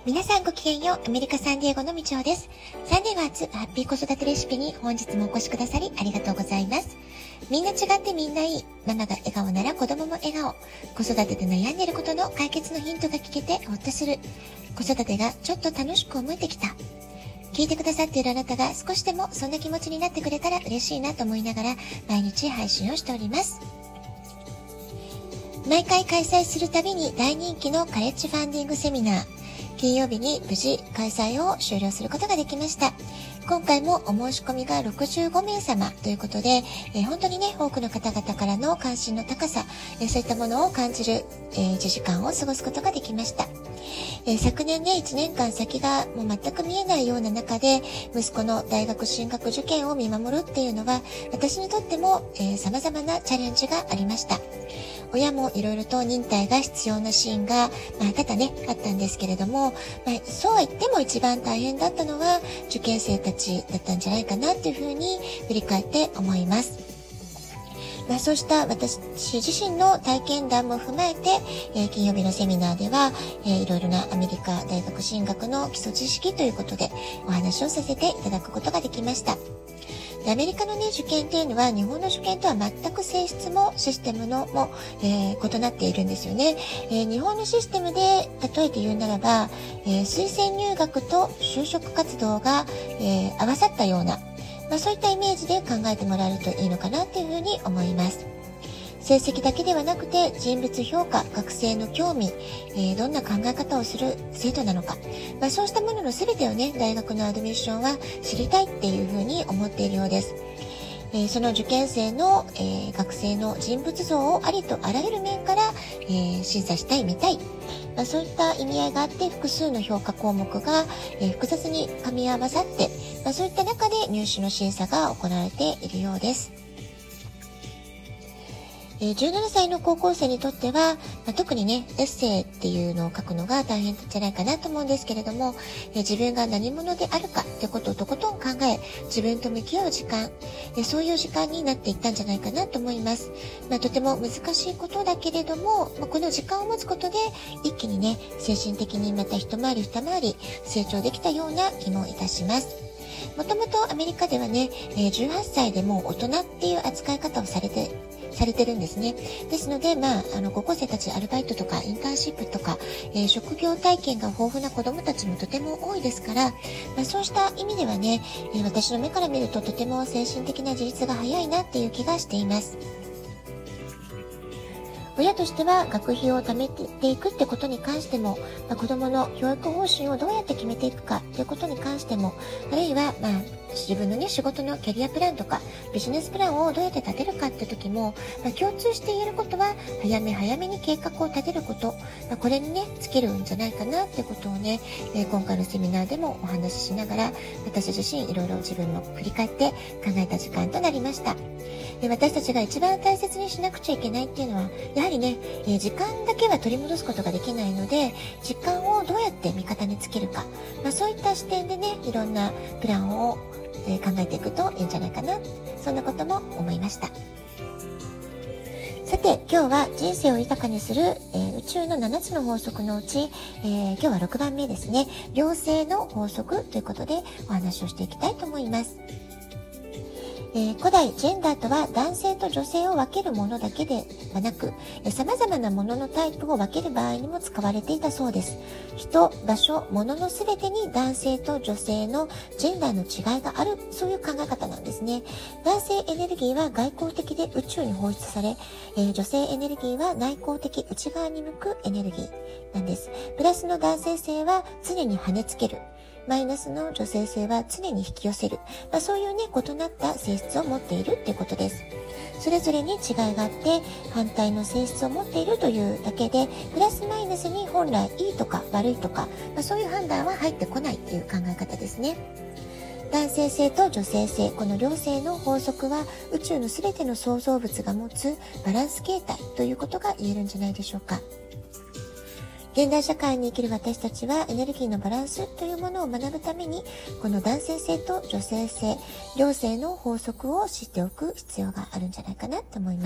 皆さんごきげんよう。アメリカサンディエゴのみちおです。サンデーワーツハッピー子育てレシピに本日もお越しくださりありがとうございます。みんな違ってみんないい。ママが笑顔なら子供も笑顔。子育てで悩んでいることの解決のヒントが聞けてほっとする。子育てがちょっと楽しく思えてきた。聞いてくださっているあなたが少しでもそんな気持ちになってくれたら嬉しいなと思いながら毎日配信をしております。毎回開催するたびに大人気のカレッジファンディングセミナー。金曜日に無事開催を終了することができました。今回もお申し込みが65名様ということで、本当にね、多くの方々からの関心の高さ、そういったものを感じる、1時間を過ごすことができました。昨年ね、1年間先がもう全く見えないような中で、息子の大学進学受験を見守るっていうのは、私にとっても、様々なチャレンジがありました。親もいろいろと忍耐が必要なシーンが、多々ね、あったんですけれども、そうは言っても一番大変だったのは受験生たちだったんじゃないかなっていうふうに振り返って思います。そうした私自身の体験談も踏まえて、金曜日のセミナーでは、いろいろなアメリカ大学進学の基礎知識ということでお話をさせていただくことができました。アメリカのね、受験っていうのは日本の受験とは全く性質もシステムのも、異なっているんですよね。日本のシステムで例えて言うならば、推薦入学と就職活動が、合わさったような、そういったイメージで考えてもらえるといいのかなというふうに思います。成績だけではなくて人物評価、学生の興味、どんな考え方をする生徒なのか、そうしたものの全てをね、大学のアドミッションは知りたいっていうふうに思っているようです。その受験生の、学生の人物像をありとあらゆる面から、審査したい、見たい、そういった意味合いがあって複数の評価項目が、複雑に噛み合わさって、そういった中で入試の審査が行われているようです。17歳の高校生にとっては、特にね、エッセイっていうのを書くのが大変じゃないかなと思うんですけれども、自分が何者であるかってことをとことん考え、自分と向き合う時間、そういう時間になっていったんじゃないかなと思います。とても難しいことだけれども、この時間を持つことで一気にね、精神的にまた一回り二回り成長できたような気もいたします。もともとアメリカではね、18歳でもう大人っていう扱い方をされてるんですね。ですので、高校生たちアルバイトとかインターンシップとか、職業体験が豊富な子どもたちもとても多いですから、そうした意味ではね、私の目から見るととても精神的な自立が早いなっていう気がしています。親としては学費を貯めていくってことに関しても、子供の教育方針をどうやって決めていくかということに関しても、あるいは、自分のね、仕事のキャリアプランとかビジネスプランをどうやって立てるかって時も、共通して言えることは早め早めに計画を立てること、これにね、尽きるんじゃないかなってことをね、今回のセミナーでもお話ししながら、私自身いろいろ自分も振り返って考えた時間となりました。私たちが一番大切にしなくちゃいけないっていうのは、やはりね、時間だけは取り戻すことができないので、時間をどうやって味方につけるか、そういった視点でね、いろんなプランを、考えていくといいんじゃないかな、そんなことも思いました。さて、今日は人生を豊かにする、宇宙の7つの法則のうち、今日は6番目ですね、良性の法則ということでお話をしていきたいと思います。古代ジェンダーとは男性と女性を分けるものだけではなく、様々なもののタイプを分ける場合にも使われていたそうです。人、場所、物のすべてに男性と女性のジェンダーの違いがある、そういう考え方なんですね。男性エネルギーは外向的で宇宙に放出され、女性エネルギーは内向的、内側に向くエネルギーなんです。プラスの男性性は常に跳ねつける。マイナスの女性性は常に引き寄せる。そういうね、異なった性質を持っているっていうことです。それぞれに違いがあって、反対の性質を持っているというだけで、プラスマイナスに本来いいとか悪いとか、そういう判断は入ってこないっていう考え方ですね。男性性と女性性、この両性の法則は宇宙のすべての創造物が持つバランス形態ということが言えるんじゃないでしょうか。現代社会に生きる私たちはエネルギーのバランスというものを学ぶために、この男性性と女性性、両性の法則を知っておく必要があるんじゃないかなと思います。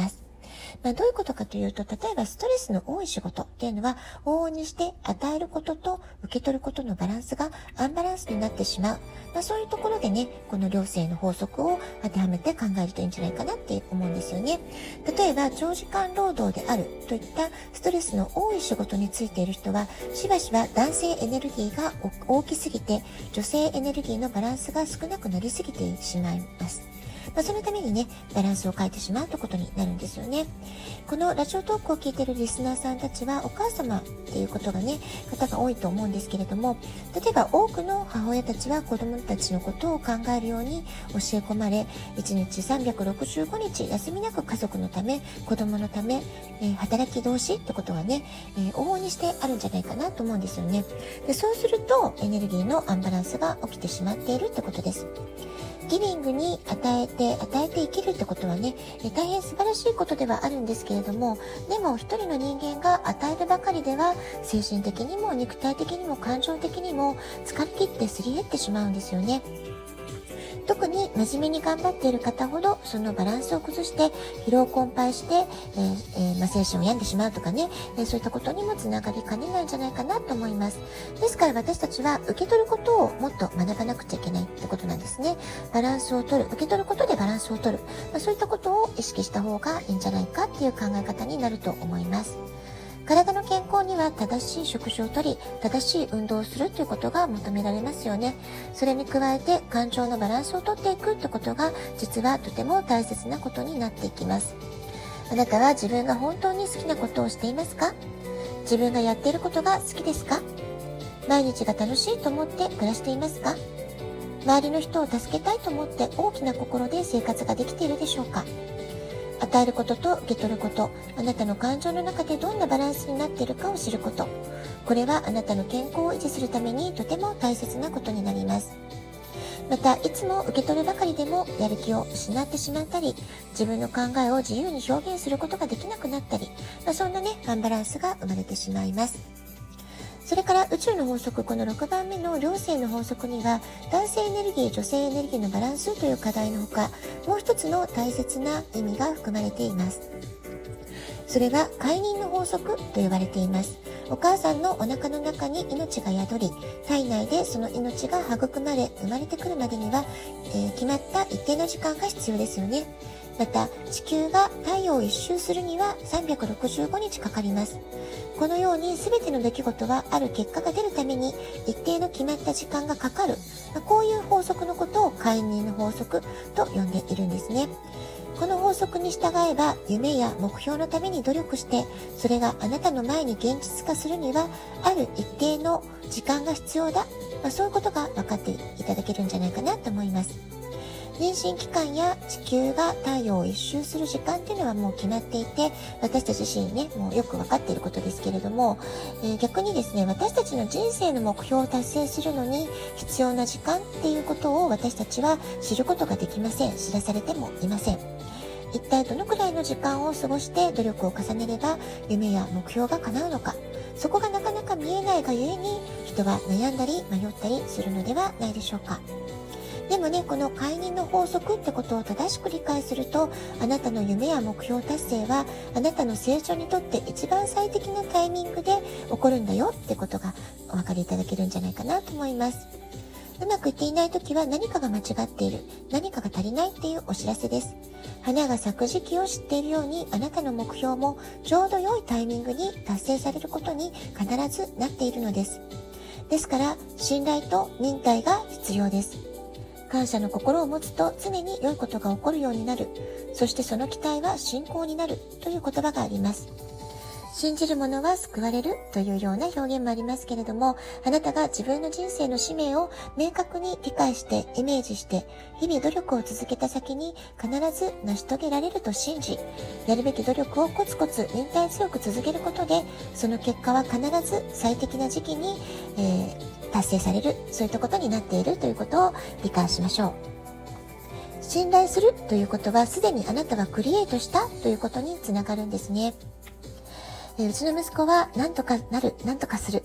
どういうことかというと、例えばストレスの多い仕事っていうのは、往々にして与えることと受け取ることのバランスがアンバランスになってしまう。そういうところでね、この良性の法則を当てはめて考えるといいんじゃないかなって思うんですよね。例えば、長時間労働であるといったストレスの多い仕事についている人は、しばしば男性エネルギーが大きすぎて、女性エネルギーのバランスが少なくなりすぎてしまいます。そのためにね、バランスを変えてしまうということになるんですよね。このラジオトークを聞いているリスナーさんたちは、お母様っていうことがね、方が多いと思うんですけれども、例えば多くの母親たちは子供たちのことを考えるように教え込まれ、1日365日休みなく家族のため、子供のため、働き同士ってことがね、往々にしてあるんじゃないかなと思うんですよね。で、そうするとエネルギーのアンバランスが起きてしまっているってことです。ギビングに与えて生きるってことはね、大変素晴らしいことではあるんですけれども、でも一人の人間が与えるばかりでは精神的にも肉体的にも感情的にも疲れ切ってすり減ってしまうんですよね。特に真面目に頑張っている方ほどそのバランスを崩して疲労困憊して、精神を病んでしまうとかね、そういったことにもつながりかねないんじゃないかなと思います。ですから私たちは受け取ることをもっと学ばなくちゃいけないってことなんですね。バランスを取る、受け取ることでバランスを取る、そういったことを意識した方がいいんじゃないかっていう考え方になると思います。体の健康には正しい食事をとり、正しい運動をするということが求められますよね。それに加えて感情のバランスをとっていくということが実はとても大切なことになっていきます。あなたは自分が本当に好きなことをしていますか？自分がやっていることが好きですか？毎日が楽しいと思って暮らしていますか？周りの人を助けたいと思って大きな心で生活ができているでしょうか？与えることと受け取ること、あなたの感情の中でどんなバランスになっているかを知ること、これはあなたの健康を維持するためにとても大切なことになります。また、いつも受け取るばかりでもやる気を失ってしまったり、自分の考えを自由に表現することができなくなったり、そんなね、アンバランスが生まれてしまいます。それから宇宙の法則、この6番目の良性の法則には、男性エネルギー、女性エネルギーのバランスという課題のほか、もう一つの大切な意味が含まれています。それは解任の法則と呼ばれています。お母さんのお腹の中に命が宿り、体内でその命が育まれ、生まれてくるまでには、決まった一定の時間が必要ですよね。また、地球が太陽を一周するには365日かかります。このように全ての出来事はある結果が出るために一定の決まった時間がかかる。こういう法則のことを解任の法則と呼んでいるんですね。この法則に従えば夢や目標のために努力して、それがあなたの前に現実化するにはある一定の時間が必要だ。そういうことが分かっていただけるんじゃないかなと思います。妊娠期間や地球が太陽を一周する時間っていうのはもう決まっていて、私たち自身ね、もうよく分かっていることですけれども、逆にですね、私たちの人生の目標を達成するのに必要な時間っていうことを私たちは知ることができません。知らされてもいません。一体どのくらいの時間を過ごして努力を重ねれば夢や目標が叶うのか、そこがなかなか見えないがゆえに人は悩んだり迷ったりするのではないでしょうか。でもね、この解任の法則ってことを正しく理解すると、あなたの夢や目標達成はあなたの成長にとって一番最適なタイミングで起こるんだよってことがお分かりいただけるんじゃないかなと思います。うまくいっていないときは何かが間違っている、何かが足りないっていうお知らせです。花が咲く時期を知っているように、あなたの目標もちょうど良いタイミングに達成されることに必ずなっているのです。ですから、信頼と忍耐が必要です。感謝の心を持つと常に良いことが起こるようになる。そしてその期待は信仰になるという言葉があります。信じる者は救われるというような表現もありますけれども、あなたが自分の人生の使命を明確に理解してイメージして日々努力を続けた先に必ず成し遂げられると信じ、やるべき努力をコツコツ忍耐強く続けることで、その結果は必ず最適な時期に、達成される、そういったことになっているということを理解しましょう。信頼するということはすでにあなたはクリエイトしたということにつながるんですね。うちの息子は何とかなる、何とかする。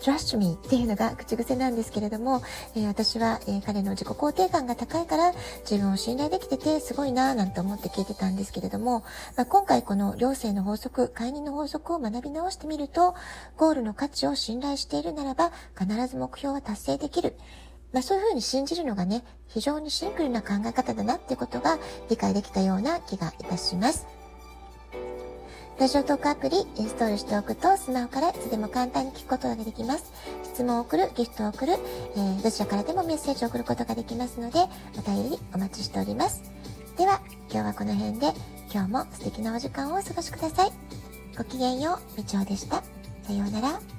trust me っていうのが口癖なんですけれども、私は、彼の自己肯定感が高いから自分を信頼できててすごいなぁなんて思って聞いてたんですけれども、今回この良性の法則、解任の法則を学び直してみると、ゴールの価値を信頼しているならば必ず目標は達成できる。そういうふうに信じるのがね、非常にシンプルな考え方だなっていうことが理解できたような気がいたします。ラジオトークアプリインストールしておくとスマホからいつでも簡単に聞くことができます。質問を送る、ギフトを送る、どちらからでもメッセージを送ることができますので、お便りお待ちしております。では今日はこの辺で、今日も素敵なお時間をお過ごしください。ごきげんよう、みちおでした。さようなら。